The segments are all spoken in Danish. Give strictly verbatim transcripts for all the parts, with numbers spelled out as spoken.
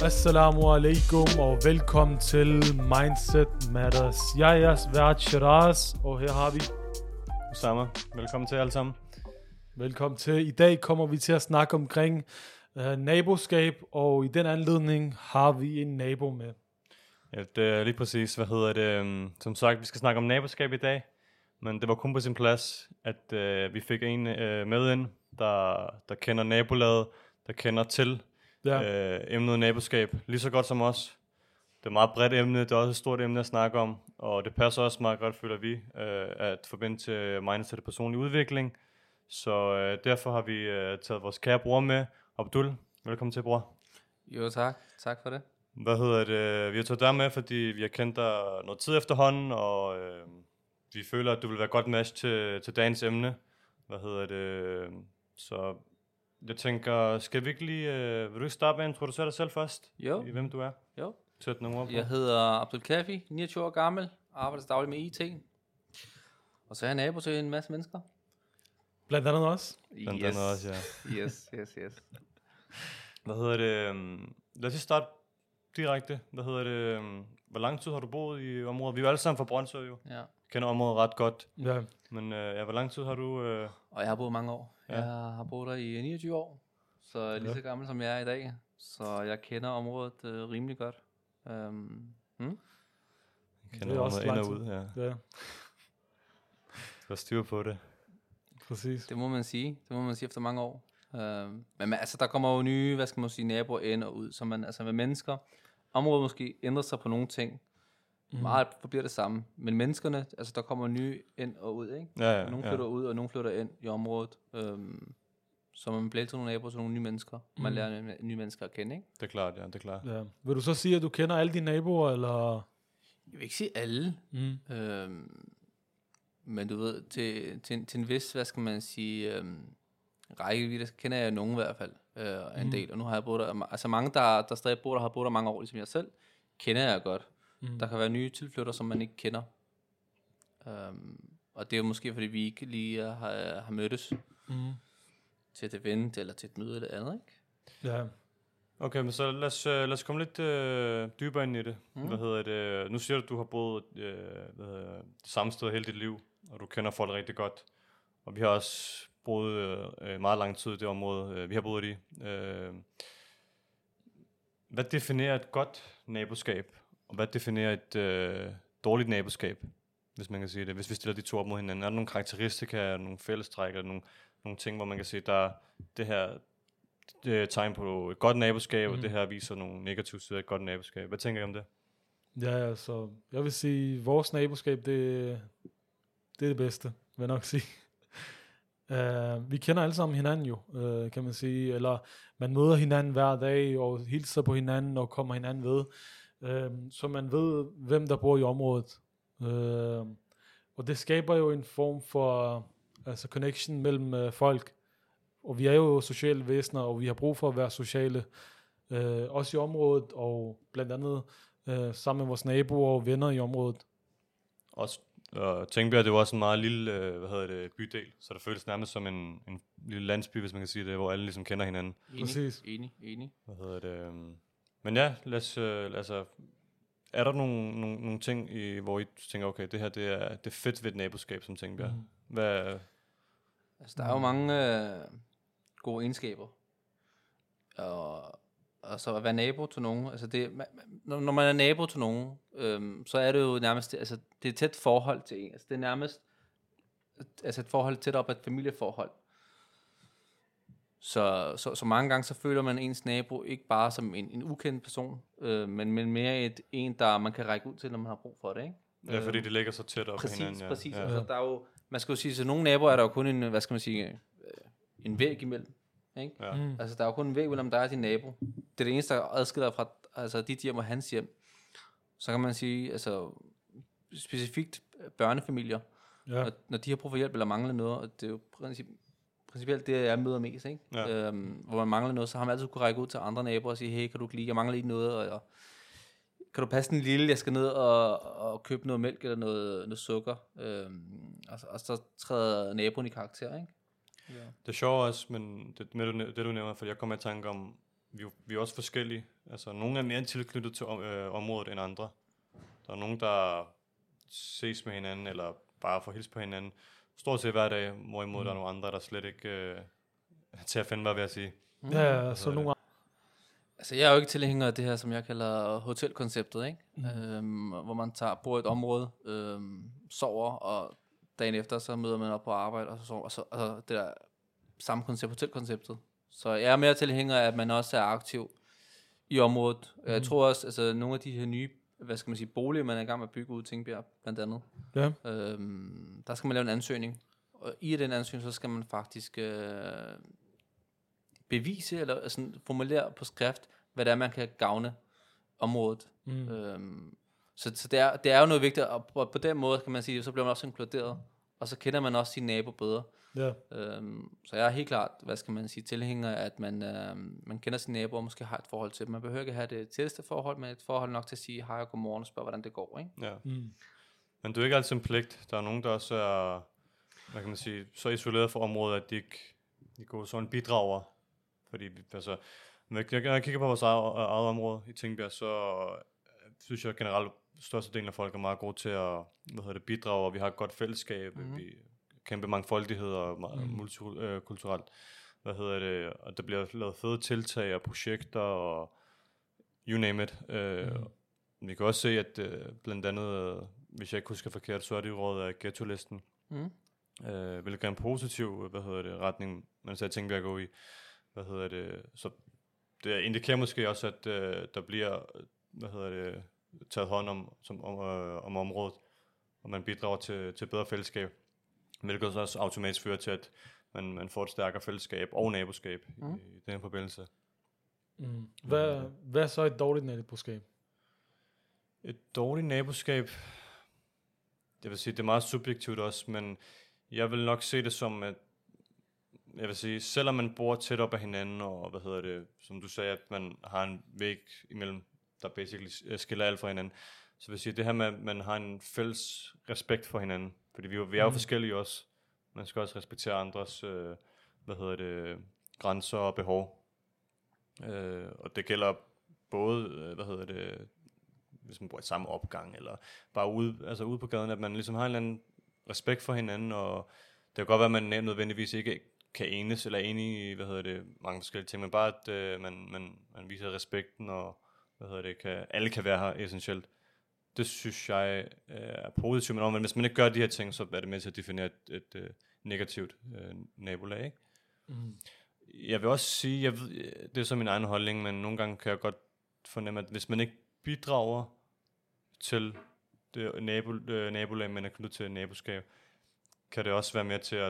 Assalamu alaikum og velkommen til Mindset Matters. Jeg er jeres vært Shiraz, og her har vi Osama. Velkommen til alle sammen. Velkommen til. I dag kommer vi til at snakke omkring uh, naboskab, og i den anledning har vi en nabo med. Ja, det er lige præcis, hvad hedder det, um, som sagt, vi skal snakke om naboskab i dag, men det var kun på sin plads, at uh, vi fik en uh, med ind, der, der kender nabolaget, der kender til ja. uh, emnet naboskab, lige så godt som os. Det er et meget bredt emne, det er også et stort emne at snakke om, og det passer også meget godt, føler vi, uh, at forbinde til mindset og personlig udvikling. Så uh, derfor har vi uh, taget vores kære bror med. Abdul, velkommen til, bror. Jo, tak. Tak for det. Hvad hedder det? Vi har taget dig med, fordi vi har kendt dig noget tid efterhånden, og øh, vi føler, at du vil være godt match til, til dagens emne. Hvad hedder det? Så jeg tænker, skal vi ikke lige, øh, vil du ikke starte med at introducere dig selv først? Jo. I hvem du er? Jo. Sæt nogle ord på. Jeg hedder Abdul Kafi, niogtyve år gammel, arbejder til daglig med I T. Og så er jeg nabo til en masse mennesker. Blandt andet også. Blandt yes. andet også, ja. yes, yes, yes. Hvad hedder det? Lad os lige starte direkte. Hvad hedder det? Hvor lang tid har du boet i området? Vi er jo alle sammen fra Brønshøj, jo. Ja. Kender området ret godt. Ja. Men øh, ja, hvor lang tid har du... Øh... Og jeg har boet mange år. Ja. Jeg har boet der i niogtyve år. Så jeg er lige Ja. så gammel som jeg er i dag. Så jeg kender området øh, rimelig godt. Um, hmm? Kender Det er også området ind lang og tid. ud, ja. Ja, Du har styr på det. præcis. Det må man sige. Det må man sige efter mange år. Uh, men man, altså, der kommer jo nye, hvad skal man sige, naboer ind og ud. Så man, altså med mennesker, området måske ændrer sig på nogle ting. Mm. Meget forbliver det samme. Men menneskerne, altså der kommer nye ind og ud, ikke? Ja, ja, Nogle ja. flytter ud, og nogle flytter ind i området. Um, så man bliver til nogle naboer, til nogle nye mennesker. Man Mm. lærer nye, nye mennesker at kende, ikke? Det er klart, ja, det er klart. Ja. Vil du så sige, at du kender alle dine naboer, eller? Jeg vil ikke sige alle. Mm. Um, men du ved, til, til, til en vis, hvad skal man sige, um, rækkevidde, så kender jeg nogen i hvert fald, uh, en Mm. del. Og nu har jeg boet der, altså mange, der, der stadig bor der, har boet der mange år, ligesom jeg selv, kender jeg godt. Mm. Der kan være nye tilflytter, som man ikke kender. Um, og det er jo måske, fordi vi ikke lige har, har mødtes Mm. til et event, eller til et møde eller andet, ikke? Ja. Okay, men så lad os, uh, lad os komme lidt uh, dybere ind i det. Mm. Mm. Hvad hedder det? Nu siger du, at du har boet uh, hvad hedder, det samme sted hele dit liv, og du kender folk rigtig godt. Og vi har også boet uh, meget lang tid i det område, uh, vi har boet i. Uh, hvad definerer et godt naboskab, og hvad definerer et uh, dårligt naboskab, hvis man kan sige det? Hvis vi stiller de to op mod hinanden, er der nogle karakteristika, nogle fællestræk, eller nogle, nogle ting, hvor man kan sige, der det her det er tegn på et godt naboskab, mm. og det her viser nogle negative sider af et godt naboskab. Hvad tænker I om det? Ja, altså, jeg vil sige, vores naboskab, det, det er det bedste, vil jeg nok sige. Uh, vi kender alle sammen hinanden jo, uh, kan man sige, eller man møder hinanden hver dag, og hilser på hinanden, og kommer hinanden ved, uh, så man ved, hvem der bor i området. Uh, og det skaber jo en form for altså connection mellem uh, folk, og vi er jo sociale væsener, og vi har brug for at være sociale, uh, også i området, og blandt andet uh, sammen med vores naboer og venner i området. Også, og Tænkbjerg, det var også en meget lille øh, hvad hedder det, bydel, så det føles nærmest som en, en lille landsby, hvis man kan sige det, hvor alle ligesom kender hinanden. Enig, Præcis. enig, enig. Hvad hedder det? øhm. Men ja, lad os, øh, altså, er der nogle, nogle, nogle ting, i, hvor I tænker, okay, det her det er, det er fedt ved et naboskab, som Tænkbjerg? Mm. Hvad, Altså, der er jo mange øh, gode egenskaber. Og, og så at være nabo til nogen, altså det, man, når, når man er nabo til nogen, øhm, så er det jo nærmest, altså det er et tæt forhold til en. Altså det er nærmest, altså et forhold tæt op af et familieforhold. Så, så, så mange gange så føler man ens nabo ikke bare som en, en ukendt person, øh, men, men mere et, en, der man kan række ud til, når man har brug for det, ikke? ja, fordi det ligger så tæt op Præcis, på hinanden. Ja. præcis. Ja. Altså, der er jo, man skal jo sige, så nogle naboer er der jo kun en, hvad skal man sige, øh, en væg imellem. Ikke? Ja. Mm. Altså, der er jo kun en væg mellem dig og din nabo. Det er det eneste, der adskiller fra altså, dit hjem og hans hjem. Så kan man sige, altså, specifikt børnefamilier, Ja. når, når de har brug for hjælp eller mangler noget, og det er jo princip, principielt det, jeg møder mest, ikke? Ja. Øhm, hvor man mangler noget, så har man altid kunne række ud til andre naboer og sige, hey, kan du ikke lige, jeg mangler lige noget, og jeg, kan du passe den lille, jeg skal ned og, og købe noget mælk eller noget, noget sukker, øhm, og, og så træder naboen i karakter, ikke? Ja. Det er sjovt også, men det, med du, det du nævner, for jeg kommer i tanke om, vi, vi er også forskellige. Altså, nogle er mere tilknyttet til om, øh, området end andre. Der er nogen, der ses med hinanden, eller bare får hils på hinanden. Stort set hver dag, hvorimod mm. der er nogle andre, der slet ikke øh, til at finde, hvad jeg vil sige. Mm. Ja, så nogle Altså, jeg er jo ikke tilhænger af det her, som jeg kalder hotelkonceptet, ikke? Mm. Øhm, hvor man tager, bor i et område, øhm, sover, og dagen efter, så møder man op på arbejde, og så sover, og så altså, det der samme koncept, hotelkonceptet. Så jeg er mere tilhænger af, at man også er aktiv i området. Mm. Jeg tror også, altså, nogle af de her nye, hvad skal man sige, boliger, man er i gang med at bygge ud i Tingbjerg, blandt andet. Ja. Øhm, der skal man lave en ansøgning, og i den ansøgning, så skal man faktisk øh, bevise, eller altså, formulere på skrift, hvad det er, man kan gavne området. Mm. Øhm, så så det, er, det er jo noget vigtigt, og på, på den måde, kan man sige, så bliver man også inkluderet, og så kender man også sin nabo bedre. Ja. Øhm, så jeg er helt klart, hvad skal man sige, tilhænger, at man, øhm, man kender sin nabo, og måske har et forhold til dem. Man behøver ikke have det tætteste forhold, men et forhold nok til at sige hej og godmorgen, og spørge, hvordan det går, ikke? Ja. Mm. Men det er ikke altid en pligt. Der er nogen, der også er, hvad kan man sige, så isoleret fra området, at de ikke de går sådan bidrager. Fordi, altså, når jeg, når jeg kigger på vores eget, eget område i Tingbjerg, så synes jeg generelt, størstedelen af folk er meget gode til at hvad hedder det, bidrage, og vi har et godt fællesskab, mm-hmm. vi kæmpe mangfoldighed og mm. multikulturelt, hvad hedder det, og der bliver lavet fede tiltag og projekter og you name it. Mm. Vi kan også se, at blandt andet, hvis jeg ikke husker forkert, så er det jo rådet af ghetto-listen, mm. øh, hvilket er en positiv, hvad hedder det, retning, man så tænker, vi at gå i, hvad hedder det, så det indikerer måske også, at øh, der bliver, hvad hedder det, taget hånd om, som, om, øh, om området, og man bidrager til, til bedre fællesskab, hvilket også automatisk fører til, at man, man får et stærkere fællesskab og naboskab mm. i, i den forbindelse. Mm. Hvad, mm. hvad er så et dårligt naboskab? Et dårligt naboskab, jeg vil sige, det er meget subjektivt også, men jeg vil nok se det som, at jeg vil sige, selvom man bor tæt op ad hinanden, og hvad hedder det, som du sagde, at man har en væg imellem, der basically skiller alt fra hinanden, så vil jeg sige, det her med, at man har en fælles respekt for hinanden, fordi vi, vi er jo mm. forskellige også. Man skal også respektere andres, øh, hvad hedder det, grænser og behov. Øh, og det gælder både, øh, hvad hedder det, hvis man bor i samme opgang, eller bare ude, altså ude på gaden, at man ligesom har en eller anden respekt for hinanden, og det kan godt være, at man nødvendigvis ikke kan enes, eller er enige i, hvad hedder det, mange forskellige ting, men bare, at øh, man, man, man viser respekten, og hvad hedder det, kan, alle kan være her essentielt. Det synes jeg øh, er positivt, men hvis man ikke gør de her ting, så er det med til at definere et, et, et negativt øh, nabolag, ikke? Mm. Jeg vil også sige, jeg ved, det er så min egen holdning, men nogle gange kan jeg godt fornemme, at hvis man ikke bidrager til det nabo, øh, nabolag, man er knyttet til et naboskab, kan det også være med til at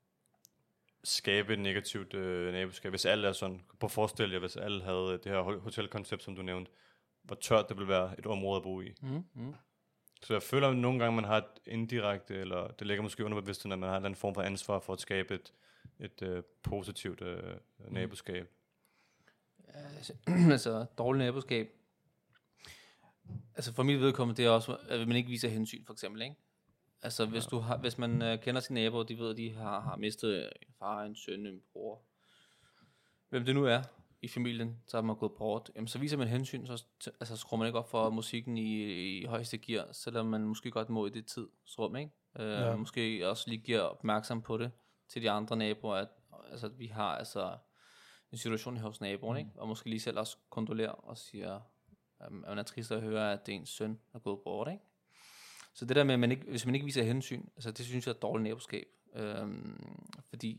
skabe et negativt øh, naboskab. Hvis alle er sådan, på forestil jer, hvis alle havde det her hotelkoncept, som du nævnte, hvor tørt det vil være et område at bo i. Mm, mm. Så jeg føler, at nogle gange man har et indirekte, eller det ligger måske under bevidstheden, at man har en anden form for ansvar for at skabe et, et øh, positivt øh, naboskab. Mm. Altså, dårligt naboskab. Altså for mit vedkommende, det er også, at man ikke viser hensyn, for eksempel, ikke? Altså, hvis, du har, hvis man øh, kender sine naboer, de ved, at de har, har mistet en far, en søn, en bror, hvem det nu er i familien, så har man gået bort, jamen, så viser man hensyn, så altså, skruer man ikke op for musikken i, i højeste gear, selvom man måske godt må i det tidsrum, ikke? Øh, ja. Måske også lige giver opmærksom på det til de andre naboer, at, altså, at vi har altså, en situation hos naboen, ikke? Og måske lige selv også kondolerer og siger, at man er trist at høre, at ens søn er gået bort, ikke? Så det der med, at man ikke, hvis man ikke viser hensyn, altså det synes jeg er et dårligt naboskab. Øhm, fordi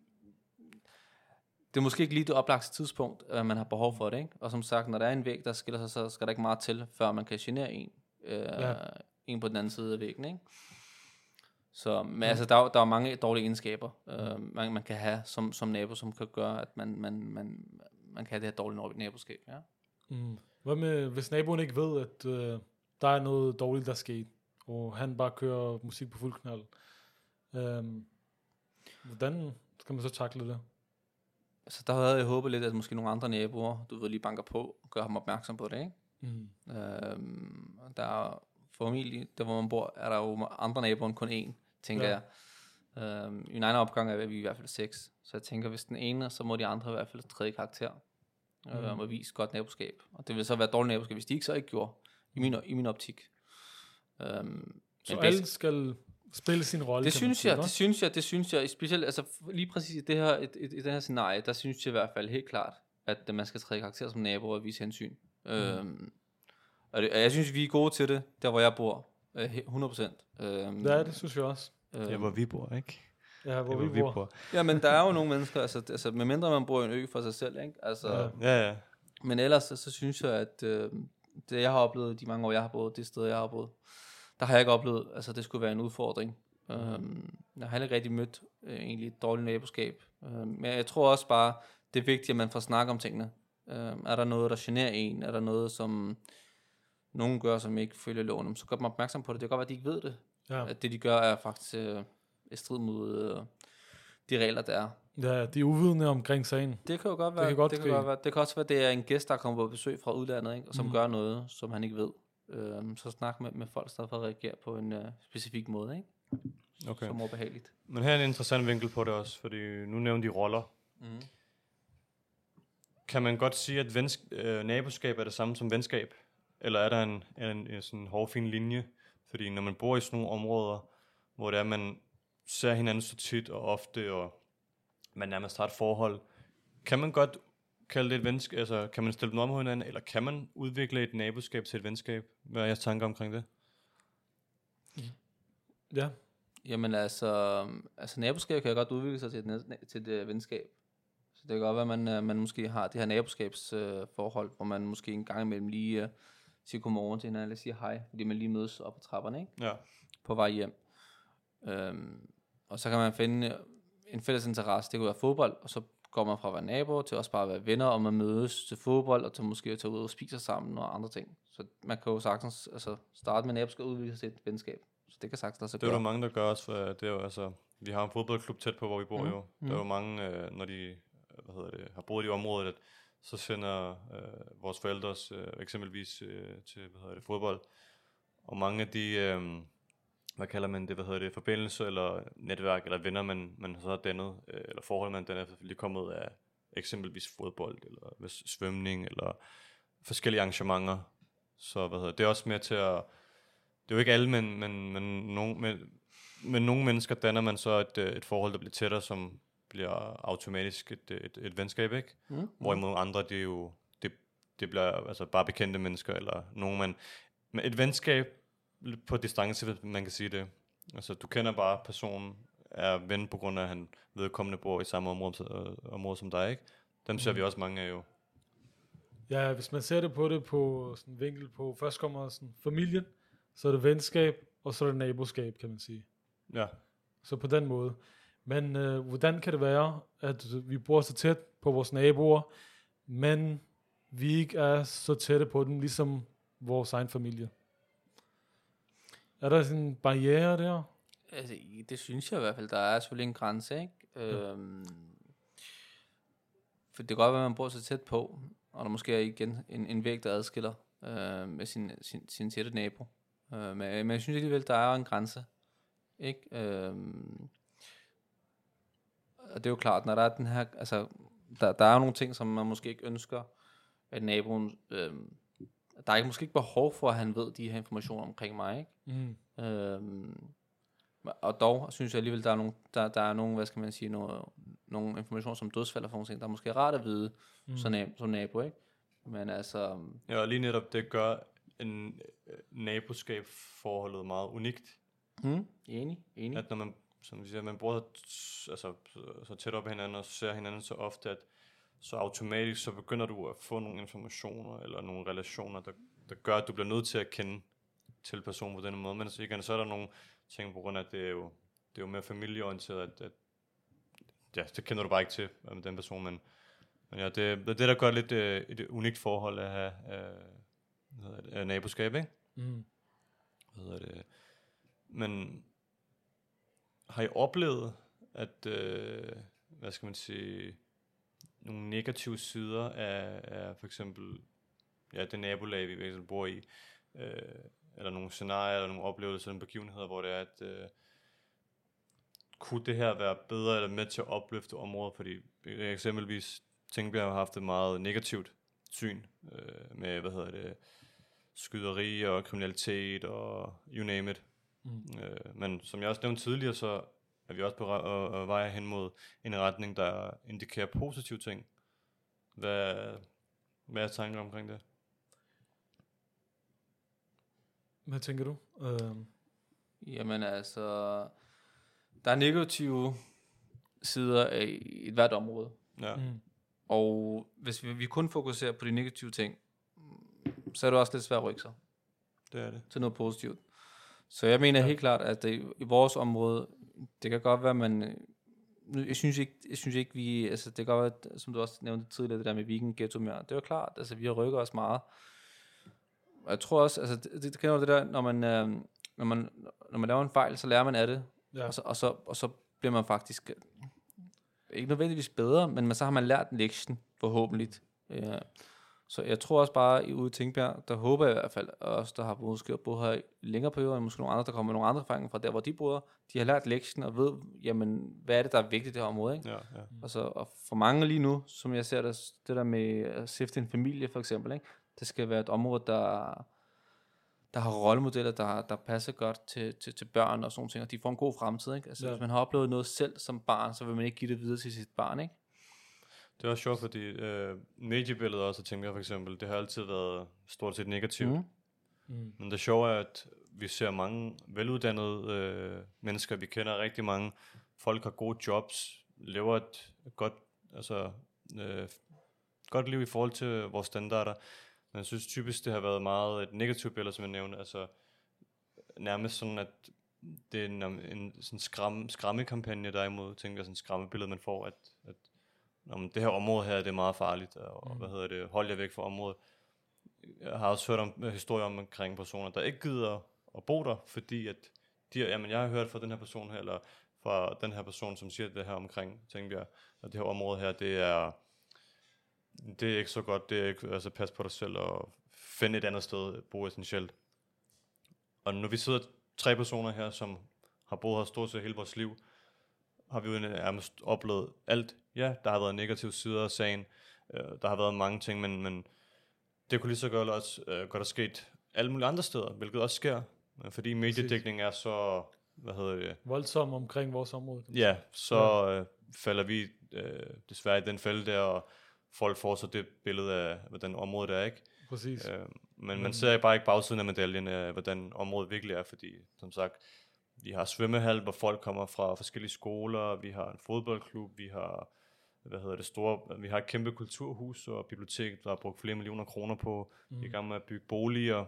det er måske ikke lige det oplagte tidspunkt, at man har behov for det, ikke? Og som sagt, når der er en væg, der skiller sig, så skal der ikke meget til, før man kan genere en, øh, ja. en på den anden side af væggen, ikke? Så men, ja. altså, der, der er mange dårlige egenskaber, øh, man, man kan have som, som nabo, som kan gøre, at man, man, man, man kan have det her dårlige naboskab, ja. Mm. Hvad med, hvis naboen ikke ved, at øh, der er noget dårligt, der er sket, og han bare kører musik på fuld knald. Øhm, hvordan skal man så takle det? Altså der havde jeg håbet lidt, at måske nogle andre naboer, du ved, lige banker på og gør ham opmærksom på det, ikke? Mm. Øhm, der er formentlig, der hvor man bor, er der jo andre naboer end kun én, tænker ja. jeg. Øhm, I en egen opgang er vi i hvert fald seks, så jeg tænker, hvis den ene, så må de andre i hvert fald tredje karakter. øh, mm. og vise godt naboskab. Og det vil så være dårligt naboskab, hvis de ikke så ikke gjorde, i min, i min optik. Øhm, så alle bedst, skal spille sin rolle? Det synes jeg, det synes jeg, det synes jeg, specielt, altså lige præcis i det her, i, i, i det her scenarie, der synes jeg i hvert fald helt klart, at man skal træde karakter som nabo og vise hensyn. Mm. Øhm, og, det, og jeg synes, vi er gode til det, der hvor jeg bor, hundrede procent. Øhm, ja, det synes jeg også. Det er, hvor vi bor, ikke? Ja, hvor, hvor vi, bor. vi bor. Ja, men der er jo nogle mennesker, altså, altså medmindre man bor i en ø for sig selv, ikke? Altså, ja. Ja, ja. Men ellers, så, så synes jeg, at øh, det jeg har oplevet, de mange år jeg har boet, det sted jeg har boet, der har jeg ikke oplevet, altså det skulle være en udfordring. Øhm, jeg har heller ikke rigtig mødt øh, egentlig et dårligt naboskab. Øhm, men jeg tror også bare, det er vigtigt, at man får snakket om tingene. Øhm, er der noget, der generer en? Er der noget, som nogen gør, som ikke følger loven? Så gør man opmærksom på det. Det kan godt være, at de ikke ved det. Ja. At det, de gør, er faktisk øh, i strid mod øh, de regler, der er. Ja, de er uvidende omkring sagen. Det kan jo godt være. Det kan, godt det kan, godt være. Det kan også være, at det er en gæst, der kommer på besøg fra udlandet, ikke? Og som mm. gør noget, som han ikke ved. Øhm, så snak med, med folk, der for at reagere på en øh, specifik måde, ikke? Okay. Som er behageligt. Men her er en interessant vinkel på det også, fordi nu nævner de roller. Mm. Kan man godt sige, at vensk- øh, naboskab er det samme som venskab? Eller er der en, en, en sådan hårfin linje? Fordi når man bor i sådan nogle områder, hvor det er, man ser hinanden så tit og ofte, og man nærmest har et forhold, kan man godt kalde det et venskab, altså kan man stille dem om på hinanden, eller kan man udvikle et naboskab til et venskab? Hvad er jeres tanker omkring det? Ja. Jamen altså, altså naboskab kan godt udvikle sig til et, til et venskab. Så det kan godt være, at man, man måske har det her naboskabsforhold, uh, hvor man måske en gang imellem lige uh, siger godmorgen til hinanden, eller siger hej, fordi man lige mødes op på trapperne, ikke? Ja. På vej hjem. Um, og så kan man finde en fælles interesse, det kunne være fodbold, og så går man fra at være naboer til også bare at være venner, og man mødes til fodbold, og til måske at tage ud og spise sammen og andre ting. Så man kan jo sagtens altså, starte med naboskab og udvikle sig til et venskab. Så det kan sagtens lade sig gøre. Det er jo mange, der gør også, for det er jo, altså, vi har en fodboldklub tæt på, hvor vi bor mm. jo. Mm. Der er jo mange, øh, når de hvad hedder det, har boet i området, at så sender øh, vores forældre øh, eksempelvis øh, til hvad hedder det, fodbold. Og mange af de, øh, hvad kalder man det, hvad hedder det, forbindelser eller netværk eller venner, man, man så har dannet, øh, eller forhold, man dannet, er lige kommet af eksempelvis fodbold, eller svømning, eller forskellige arrangementer. Så hvad hedder det, det er også mere til at, det er jo ikke alle, men, men, men, nogen, men, men nogle mennesker danner man så et, et forhold, der bliver tættere, som bliver automatisk et, et, et venskab, ikke? Mm. Hvorimod andre, det er jo, det, det bliver altså bare bekendte mennesker, eller nogen, man, men et venskab på distance, hvis man kan sige det. Altså, du kender bare personen, er ven på grund af, at han vedkommende bor i samme område, øh, område som dig, ikke? Dem ser mm. vi også mange af jo. Ja, hvis man ser det på det på sådan en vinkel på, først kommer sådan familien, så er det venskab, og så er det naboskab, kan man sige. Ja. Så på den måde. Men øh, hvordan kan det være, at vi bor så tæt på vores naboer, men vi ikke er så tætte på dem, ligesom vores egen familie? Er der sådan en barriere der? Altså, det synes jeg i hvert fald. Der er selvfølgelig en grænse, ikke? Ja. Øhm, for det kan godt være, at man bor så tæt på, og der måske er igen en, en væg, der adskiller øh, med sin, sin, sin tætte nabo. Øh, men, men jeg synes alligevel, der er en grænse. Ikke? Øhm, og det er jo klart, når der er den her, altså, der, der er jo nogle ting, som man måske ikke ønsker, at naboen, øhm, der er ikke, måske ikke behov for, at han ved de her informationer omkring mig, ikke? Mm. Øhm, og dog synes jeg alligevel, der er nogle, der, der er nogle, hvad skal man sige, nogle, nogle informationer som dødsfald og sådan ting, der er måske rart at vide mm. som, nabo, som nabo, ikke? Men altså... Ja, og lige netop det gør en naboskabsforholdet meget unikt. Mm. Enig, enig. At når man, som vi siger, man bor altså, så tæt op af hinanden og ser hinanden så ofte, at så automatisk så begynder du at få nogle informationer eller nogle relationer, der, der gør, at du bliver nødt til at kende til personen på denne måde. Men så, igen, så er der nogle ting på grund af, at det er jo, det er jo mere familieorienteret, at, at ja, det kender du bare ikke til med den person, men, men ja, det, det er det, der gør lidt uh, et unikt forhold at have uh, uh, naboskab, ikke? Mm. Hvad hedder det? Men har I oplevet, at, uh, hvad skal man sige, nogle negative sider af, af for eksempel ja, det nabolag, vi virkelig bor i, øh, eller nogle scenarier, eller nogle oplevelser, eller begivenheder, hvor det er, at øh, kunne det her være bedre, eller med til at opløfte området, fordi eksempelvis Tingbjerg har haft et meget negativt syn øh, med, hvad hedder det, skyderi og kriminalitet og you name it. Mm. Øh, men som jeg også nævnte tidligere, så er vi også på re- øh, vej hen mod en retning, der indikerer positive ting. Hvad, hvad er tanker omkring det? Hvad tænker du? Uh... Jamen altså, der er negative sider af et hvert område. Ja. Mm. Og hvis vi, vi kun fokuserer på de negative ting, så er det også lidt svært at rykke sig Det er det. til noget positivt. Så jeg mener ja. helt klart, at det, i vores område, det kan godt være, man... Jeg synes ikke, jeg synes ikke vi... Altså, det kan godt være, som du også nævnte tidligere, det der med weekend ghetto mere. Det er jo klart, altså vi har rykket os meget. Og jeg tror også, altså det, det kender det der, når man, øh, når man når man laver en fejl, så lærer man af det. Ja. Og, så, og, så, og så bliver man faktisk... Ikke nødvendigvis bedre, men så har man lært en lektion, forhåbentlig. Ja. Så jeg tror også bare, i ude i Tingbjerg, der håber jeg i hvert fald, også der har måske boet her længere perioder, og måske nogle andre, der kommer med nogle andre erfaringer fra der, hvor de bor, de har lært lektion og ved, jamen, hvad er det, der er vigtigt i det her område, ikke? Ja, ja. Og, så, og for mange lige nu, som jeg ser det, det der med at stifte en familie, for eksempel, ikke? Det skal være et område, der, der har rollemodeller, der, der passer godt til, til, til børn og sådan nogle ting, og de får en god fremtid, ikke? Altså, ja. Hvis man har oplevet noget selv som barn, så vil man ikke give det videre til sit barn, ikke? Det er også sjovt, fordi øh, mediebilledet også, jeg tænker for eksempel, det har altid været stort set negativt. Mm. Mm. Men det sjove er, at vi ser mange veluddannede øh, mennesker, vi kender rigtig mange, folk har gode jobs, lever et godt, altså, øh, godt liv i forhold til vores standarder. Men jeg synes typisk, det har været meget et negativt billede, som jeg nævnte, altså nærmest sådan, at det er en, en sådan skram, skræmmekampagne, der er imod, tænker jeg, sådan en skræmmebillede, man får, at, at om det her område her, det er meget farligt, og mm. hvad hedder det, hold jer væk fra området. Jeg har også hørt om historier om omkring personer, der ikke gider at bo der, fordi at de, jamen jeg har hørt fra den her person her, eller fra den her person, som siger det her omkring Tingbjerg, og det her område her, det er, det er ikke så godt, det er ikke, altså pas på dig selv, og finde et andet sted, bo essentielt. Og når vi sidder tre personer her, som har boet her stort set hele vores liv, har vi jo nærmest oplevet alt. Ja, der har været negative sider af sagen. Øh, der har været mange ting, men, men det kunne lige så godt også øh, godt have sket alle mulige andre steder, hvilket også sker. Fordi mediedækningen er så, hvad hedder det? Voldsom omkring vores område. Ja, så ja. Øh, falder vi øh, desværre i den fælde der, og folk får så det billede af, hvordan området er, ikke? Præcis. Øh, men mm. man ser bare ikke bagsiden af medaljen af, hvordan området virkelig er, fordi, som sagt, vi har svømmehal, hvor folk kommer fra forskellige skoler, vi har en fodboldklub, vi har, hvad hedder det, store, vi har et kæmpe kulturhus og bibliotek, der har brugt flere millioner kroner på, mm. vi er i gang med at bygge boliger.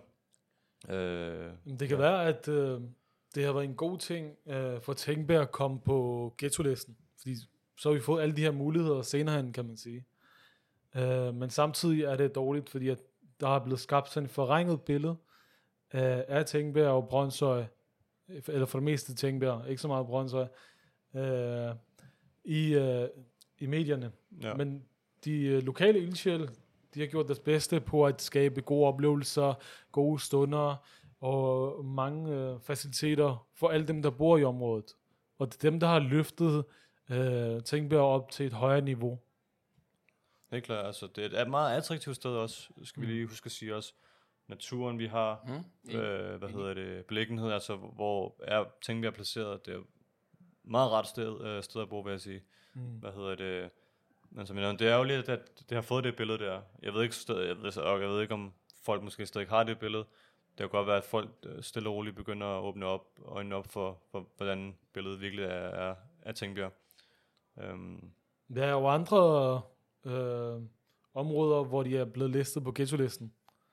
Øh, det kan ja. være, at øh, det har været en god ting øh, for Tingbjerg at komme på ghetto-listen, fordi så har vi fået alle de her muligheder senere hen, kan man sige. Øh, men samtidig er det dårligt, fordi at der er blevet skabt sådan et forringet billede af, af Tingbjerg og Brønshøj, eller for det meste Tingbjerg, ikke så meget Brønshøj, øh, i, øh, i medierne. Ja. Men de øh, lokale ildsjæle, de har gjort deres bedste på at skabe gode oplevelser, gode stunder og mange øh, faciliteter for alle dem, der bor i området. Og det er dem, der har løftet øh, Tingbjerg op til et højere niveau. Det er klart, altså det er et meget attraktivt sted også, skal vi lige huske at sige også. Naturen, vi har, mm. øh, hvad hedder det, beliggenhed, altså hvor er Tingbjerg placeret, det er meget ret sted, øh, sted at bo, vil jeg sige. Mm. Hvad hedder det, men som jeg nævnte, det er jo lidt, at det har fået det billede der. Jeg ved ikke, stadig, jeg ved, jeg ved ikke om folk måske stadig har det billede. Det kan godt være, at folk stille og roligt begynder at åbne op, øjnene op for, for hvordan billedet virkelig er, er af Tingbjerg. Um. Der er jo andre øh, områder, hvor de er blevet listet på ghetto-listen.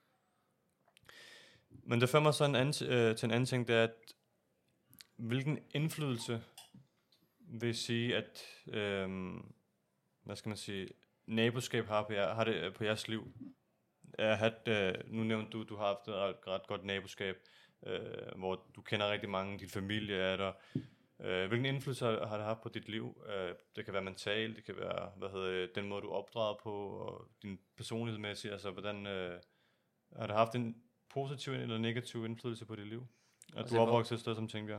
Men det fører mig så en anden, øh, til en anden ting, det er, at hvilken indflydelse vil sige, at øh, hvad skal man sige, naboskab har på, jer, har det på jeres liv? Er, at, øh, nu nævnte du, du har haft et ret, ret godt naboskab, øh, hvor du kender rigtig mange, din familie er der. Øh, hvilken indflydelse har, har det haft på dit liv? Øh, det kan være mentalt, det kan være, hvad hedder det, den måde du opdrager på, og din personlighedsmæssige, altså hvordan øh, har det haft en positiv eller negativ indflydelse på dit liv? At altså, du er opvokset et sted som Tingbjerg?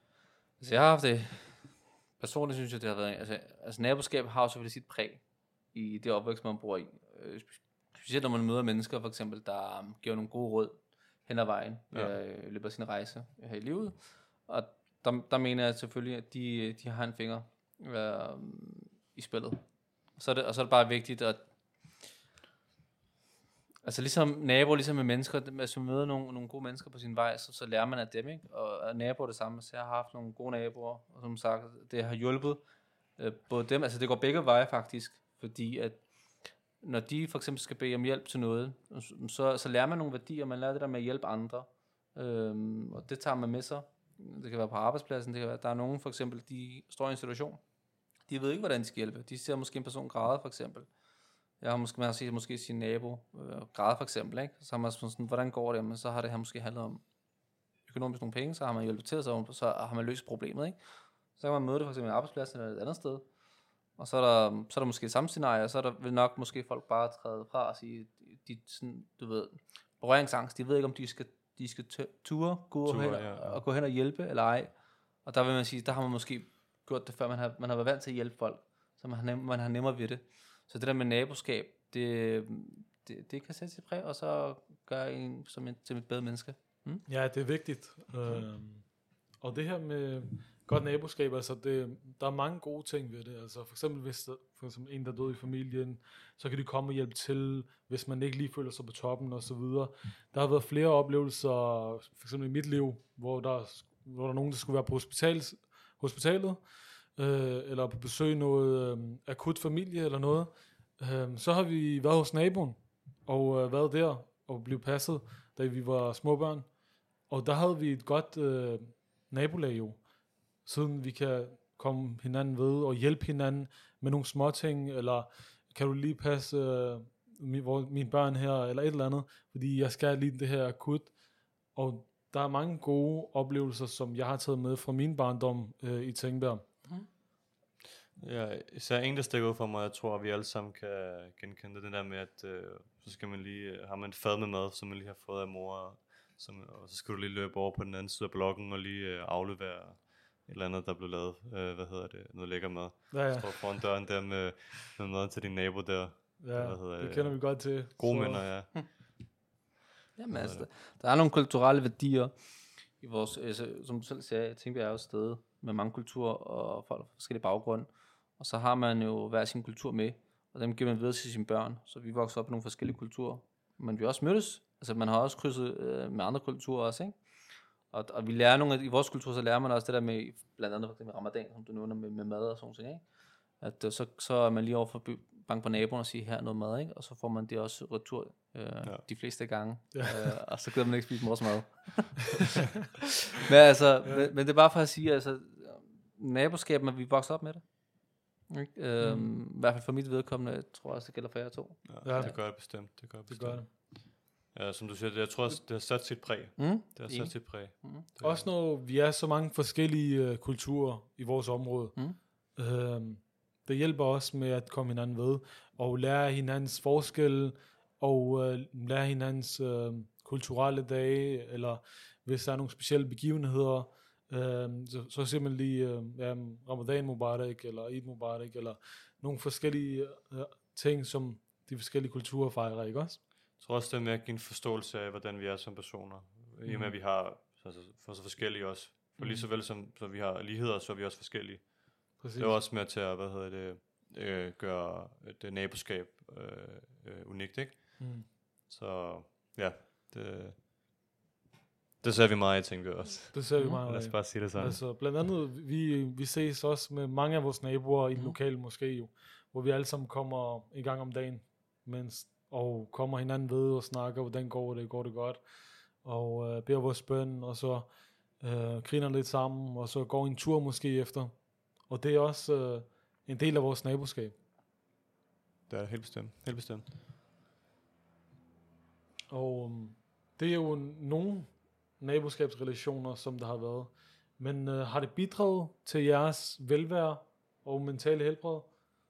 Altså jeg har haft det, personligt synes jeg, det har været, altså, altså naboskab har jo selvfølgelig sit præg i det opvækst, man bor i. Øh, specielt når man møder mennesker, for eksempel, der um, giver nogle gode råd hen ad vejen ja. øh, i løbet af sin rejse her i livet. Og der, der mener jeg selvfølgelig, at de, de har en finger øh, i spillet. Så er det, og så er det bare vigtigt, at altså ligesom naboer, ligesom med mennesker, hvis man møder nogle, nogle gode mennesker på sin vej, så, så lærer man af dem, ikke? Og, og naboer det samme, så jeg har haft nogle gode naboer, og som sagt, det har hjulpet øh, både dem, altså det går begge veje faktisk, fordi at når de for eksempel skal bede om hjælp til noget, så, så lærer man nogle værdier, man lærer det der med at hjælpe andre, øhm, og det tager man med sig. Det kan være på arbejdspladsen, det kan være, der er nogen for eksempel, de står i en situation, de ved ikke, hvordan de skal hjælpe. De ser måske en person græde for eksempel. Jeg har måske, man har set måske sin nabo øh, græde for eksempel, ikke? Så har man sådan, hvordan går det? Men så har det her måske handlet om økonomisk nogle penge, så har man hjulpet til, så, så har man løst problemet, ikke? Så kan man møde det for eksempel i arbejdspladsen eller et andet sted, og så er der, så er der måske et samme scenarie, og så er der vil nok måske folk bare træde fra og sige, de, sådan, du ved, berøringsangst, de ved ikke, om de skal, de skal ture, gå Ture, hen, ja, ja. og gå hen og hjælpe, eller ej. Og der vil man sige, der har man måske gjort det før, man har, man har været vant til at hjælpe folk, så man har, nem, man har nemmere ved det. Så det der med naboskab, det, det, det kan sætte sit præg, og så gøre en som en, til et bedre menneske. Hmm? Ja, det er vigtigt. Øhm, og det her med godt naboskab, altså det, der er mange gode ting ved det. Altså for eksempel hvis der, for eksempel en, der døde i familien, så kan de komme og hjælpe til, hvis man ikke lige føler sig på toppen og så videre. Der har været flere oplevelser, for eksempel i mit liv, hvor der, hvor der er nogen, der skulle være på hospital, hospitalet, øh, eller på besøg noget øh, akut familie eller noget. Øh, så har vi været hos naboen, og øh, været der, og blevet passet, da vi var små børn. Og der havde vi et godt øh, nabolag jo, siden vi kan komme hinanden ved og hjælpe hinanden med nogle små ting, eller kan du lige passe øh, min, hvor, mine børn her, eller et eller andet, fordi jeg skal lige det her akut. Og der er mange gode oplevelser, som jeg har taget med fra min barndom øh, i Tingbjerg. Mm. Ja, især en, der stikker ud for mig, jeg tror, at vi alle sammen kan genkende det, det der med, at øh, så skal man lige, øh, har man et fad med mad, som man lige har fået af mor, som, og så skal du lige løbe over på den anden side af blokken, og lige øh, aflevere et eller andet, der blev lavet, øh, hvad hedder det, noget lækker mad. Ja, ja. Står foran døren der med, med mad til din nabo der. Ja, hvad hedder det kender vi godt til. Gode Så- minder, ja. Jamen altså, der, der er nogle kulturelle værdier i vores, altså, som du selv siger, jeg tænker, jeg er jo et sted med mange kulturer og folk fra forskellige baggrund, og så har man jo hver sin kultur med, og dem giver man videre til sine børn, så vi vokser op i nogle forskellige kulturer, men vi har også mødtes, altså man har også krydset øh, med andre kulturer også, ikke? Og, og vi lærer nogle af, i vores kultur, så lærer man også det der med, blandt andet med ramadan, som du nævner med, med mad og sådan noget, ikke? At øh, så, så er man lige over for by- bank på naboen og sige, her er noget mad, ikke? Og så får man det også retur øh, ja. de fleste gange, Ja. øh, og så gider man ikke spise mors mad. men altså, ja. men, men det er bare for at sige, altså, naboskab, men vi vokser op med det. Ikke? Øhm, Mm. I hvert fald for mit vedkommende, jeg tror også, det gælder for jer to. Ja, Ja. det gør det bestemt. Det gør det Det bestemt. gør det. Ja, som du siger, det, jeg tror også, det har sat sit præg. Mm? Det har Enig. sat sit præg. Mm. Det, Også når vi er så mange forskellige øh, kulturer i vores område. Mm. Øhm, det hjælper os med at komme hinanden ved, og lære hinandens forskelle, og øh, lære hinandens øh, kulturelle dage, eller hvis der er nogle specielle begivenheder, øh, så, så siger man lige øh, ja, Ramadan Mubarak, eller Eid Mubarak, eller nogle forskellige øh, ting, som de forskellige kulturer fejrer, ikke også? Jeg tror også, det er med at give en forståelse af, hvordan vi er som personer. I og med, at vi har altså, for så forskellige også. For lige så vel som så vi har ligheder, så er vi også forskellige. Præcis. Det er også med til at, hvad hedder det, øh, gøre det naboskab øh, øh, unikt, ikke? Mm. Så ja, det, det ser vi meget, jeg tænker også. Det ser vi Mm. meget Lad os af. bare sige det sådan. Altså, blandt andet, vi, vi ses også med mange af vores naboer i den Mhm. lokale moské, jo, hvor vi alle sammen kommer en gang om dagen, mens, og kommer hinanden ved og snakker, hvordan går det, går det godt, og øh, beder vores bøn, og så øh, griner lidt sammen, og så går en tur måske efter. Og det er også øh, en del af vores naboskab. Det er helt bestemt. Helt bestemt. Og um, det er jo nogle naboskabsrelationer, som der har været. Men øh, har det bidraget til jeres velvære og mentale helbred?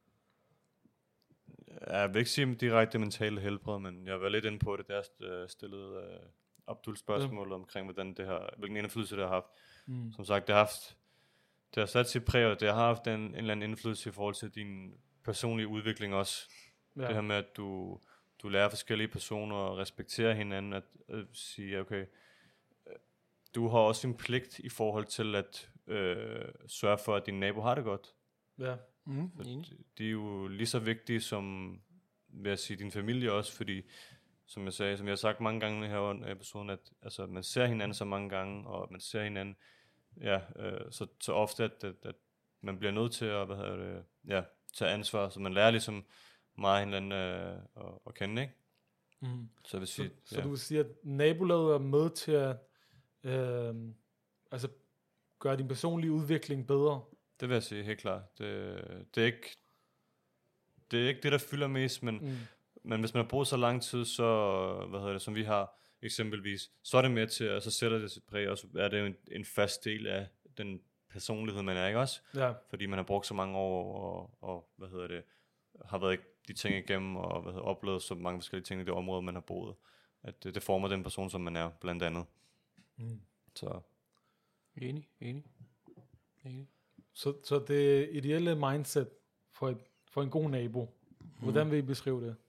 Jeg vil ikke sige direkte mentale helbred, men jeg var lidt inde på det, der jeg stillede uh, Abdul spørgsmål ja. omkring, hvordan det har, hvilken indflydelse det har haft. Mm. Som sagt, det har haft, det har sat sit præg, og det har haft en, en eller anden indflydelse i forhold til din personlig udvikling også. Ja. Det her med, at du, du lærer forskellige personer og respekterer hinanden, at, at sige, okay, du har også en pligt i forhold til at øh, sørge for, at din nabo har det godt. Ja. Mm, De, de er jo lige så vigtige som, vil jeg sige, din familie også, fordi, som jeg sagde, som jeg har sagt mange gange her under episoden, at altså, man ser hinanden så mange gange, og man ser hinanden, ja, øh, så, så ofte, at, at, at man bliver nødt til at, hvad hedder det, ja, tage ansvar, så man lærer ligesom meget hinanden øh, at, at kende, ikke? Mm. Så jeg vil Så, sige, så ja. du vil sige, at nabolaget er med til at øh, altså gøre din personlige udvikling bedre? Det vil jeg sige, helt klart. Det, det, er ikke, det er ikke det, der fylder mest, men, Mm. men hvis man har boet så lang tid, så, hvad hedder det, som vi har eksempelvis, så er det med til, at så sætter det sit præg, og så er det jo en, en fast del af den personlighed, man er, ikke også? Ja. Fordi man har brugt så mange år, og, og hvad hedder det, har været de ting igennem, og hvad hedder, oplevet så mange forskellige ting i det område, man har boet. At det, det former den person, som man er, blandt andet. Mm. Så Enig, enig. enig. Så, så det ideelle mindset for, et, for en god nabo, mm. hvordan vil I beskrive det?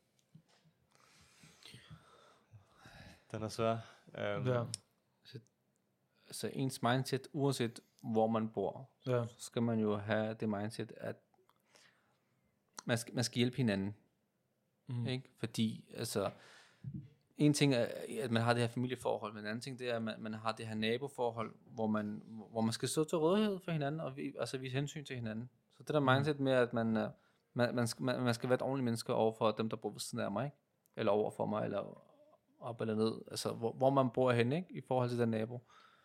den er svær. Um, Ja. Altså ens mindset, uanset hvor man bor, Ja. så skal man jo have det mindset, at man skal, man skal hjælpe hinanden. Mm. Ikke? Fordi, altså, en ting er, at man har det her familieforhold, men en anden ting, det er, at man, man har det her naboforhold, hvor man, hvor man skal stå til rådighed for hinanden, og vi, altså vise hensyn til hinanden. Så det der mindset med, at man, øh, man, man, skal, man, man skal være et ordentligt menneske over for dem, der bor ved siden af mig, ikke? Eller over for mig, eller op eller ned, altså hvor, hvor man bor henne, ikke? I forhold til den nabo.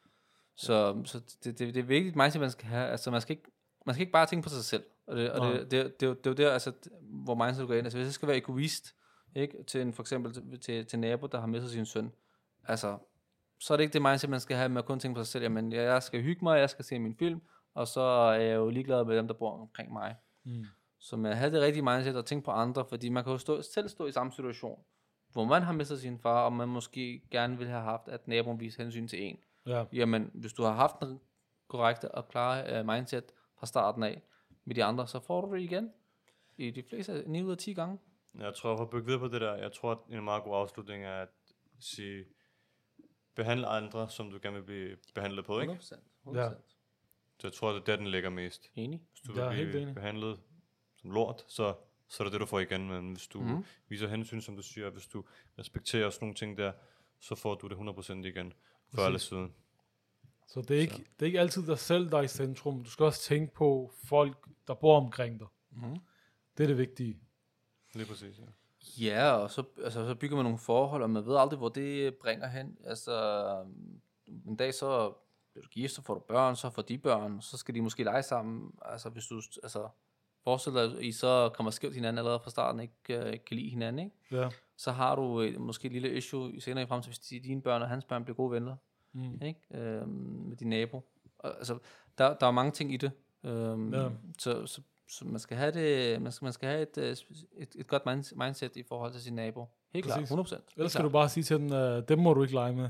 Så, så det, det, det er vigtigt mindset, man skal have, altså man skal ikke, man skal ikke bare tænke på sig selv, og det, og det, det, det, det, det er jo der, altså, hvor mindset går ind, altså hvis jeg skal være egoist, ikke? Til en, for eksempel til, til, til nabo, der har mistet sin søn, altså, så er det ikke det mindset, man skal have med at kun tænke på sig selv, jamen jeg skal hygge mig, jeg skal se min film, og så er jeg jo ligeglad med dem, der bor omkring mig. Mm. Så man have det rigtige mindset og tænke på andre, fordi man kan jo stå, selv stå i samme situation, hvor man har mistet sin far, og man måske gerne ville have haft, at naboen viser hensyn til en. Ja. Jamen, hvis du har haft en korrekte og klare uh, mindset fra starten af med de andre, så får du det igen i de fleste ni ud af ti gange. Jeg tror, for at bygge videre på det der, jeg tror, at en meget god afslutning er at sige, behandle andre, som du gerne vil blive behandlet på, ikke? hundrede procent. hundrede procent. Så jeg tror, det er der, den ligger mest. Enig. Hvis du Jeg er vil helt blive enig. behandlet som lort, så, så er det det, du får igen. Men hvis du Mhm. mm. viser hensyn, som du siger, hvis du respekterer sådan nogle ting der, så får du det hundrede procent igen, før Præcis. eller siden. Så det er, ikke, det er ikke altid dig selv, der er i centrum. Du skal også tænke på folk, der bor omkring dig. Mm-hmm. Det er det vigtige. Lige præcis, ja. Ja, og så, altså, så bygger man nogle forhold, og man ved aldrig, hvor det bringer hen. Altså, en dag så bliver du gift, så får du børn, så får de børn, så skal de måske lege sammen. Altså, hvis du altså, forestiller dig, I så kommer skævt hinanden allerede fra starten, ikke, uh, ikke kan lide hinanden, ikke? Ja. Så har du uh, måske et lille issue senere i fremtiden, hvis de, dine børn og hans børn bliver gode venner, Mm. ikke? Uh, med din nabo. Og, altså, der, der er mange ting i det. Uh, Ja. så, så Så man skal have det, man skal, man skal have et, et, et godt mind- mindset i forhold til sin nabo. Helt klart, Præcis. hundrede procent. Ellers skal du bare sige til dem, uh, dem må du ikke lege med.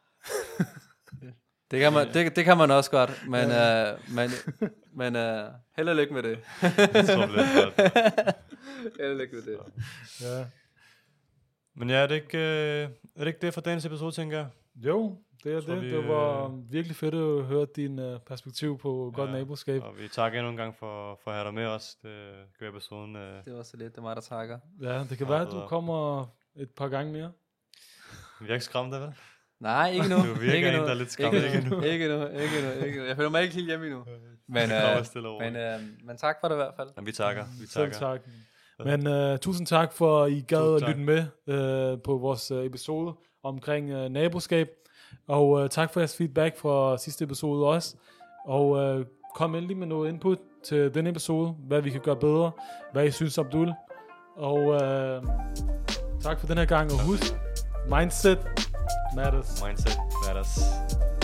Det kan man, det, det kan man også godt, men, uh, men, men uh, held og lykke med det. Så bliver det godt. Held og lykke med det. Ja. Men ja, er det ikke, øh, er det ikke det for dagens episode, tænker jeg? Jo, det er Tror det. vi, Det var øh, virkelig fedt at høre din uh, perspektiv på godt Ja, naboskab. Og vi takker endnu en gang for, for at have dig med os. Det gør episoden. Øh, Det var så lidt, det er mig, der takker. Ja, det kan Meget være, at du bedre. kommer et par gange mere. vi er ikke skræmt af, vel? Nej, ikke nu. Du virker ikke en, nu. der er lidt skræmt. Ikke nu. Ikke nu. Ikke nu. Ikke nu. Jeg føler mig ikke helt hjemme endnu. Men, Det kommer uh, stille og roligt. men, uh, men tak for det i hvert fald. Men vi takker. Vi Selv takker. tak. Men uh, tusind tak for, at I gad Tusind at tak. lytte med uh, på vores uh, episode omkring uh, naboskab. Og uh, tak for jeres feedback fra sidste episode også. Og uh, kom endelig med noget input til den episode, hvad vi kan gøre bedre, hvad I synes om Abdul. Og uh, tak for den her gang, og husk, mindset matters. Mindset matters.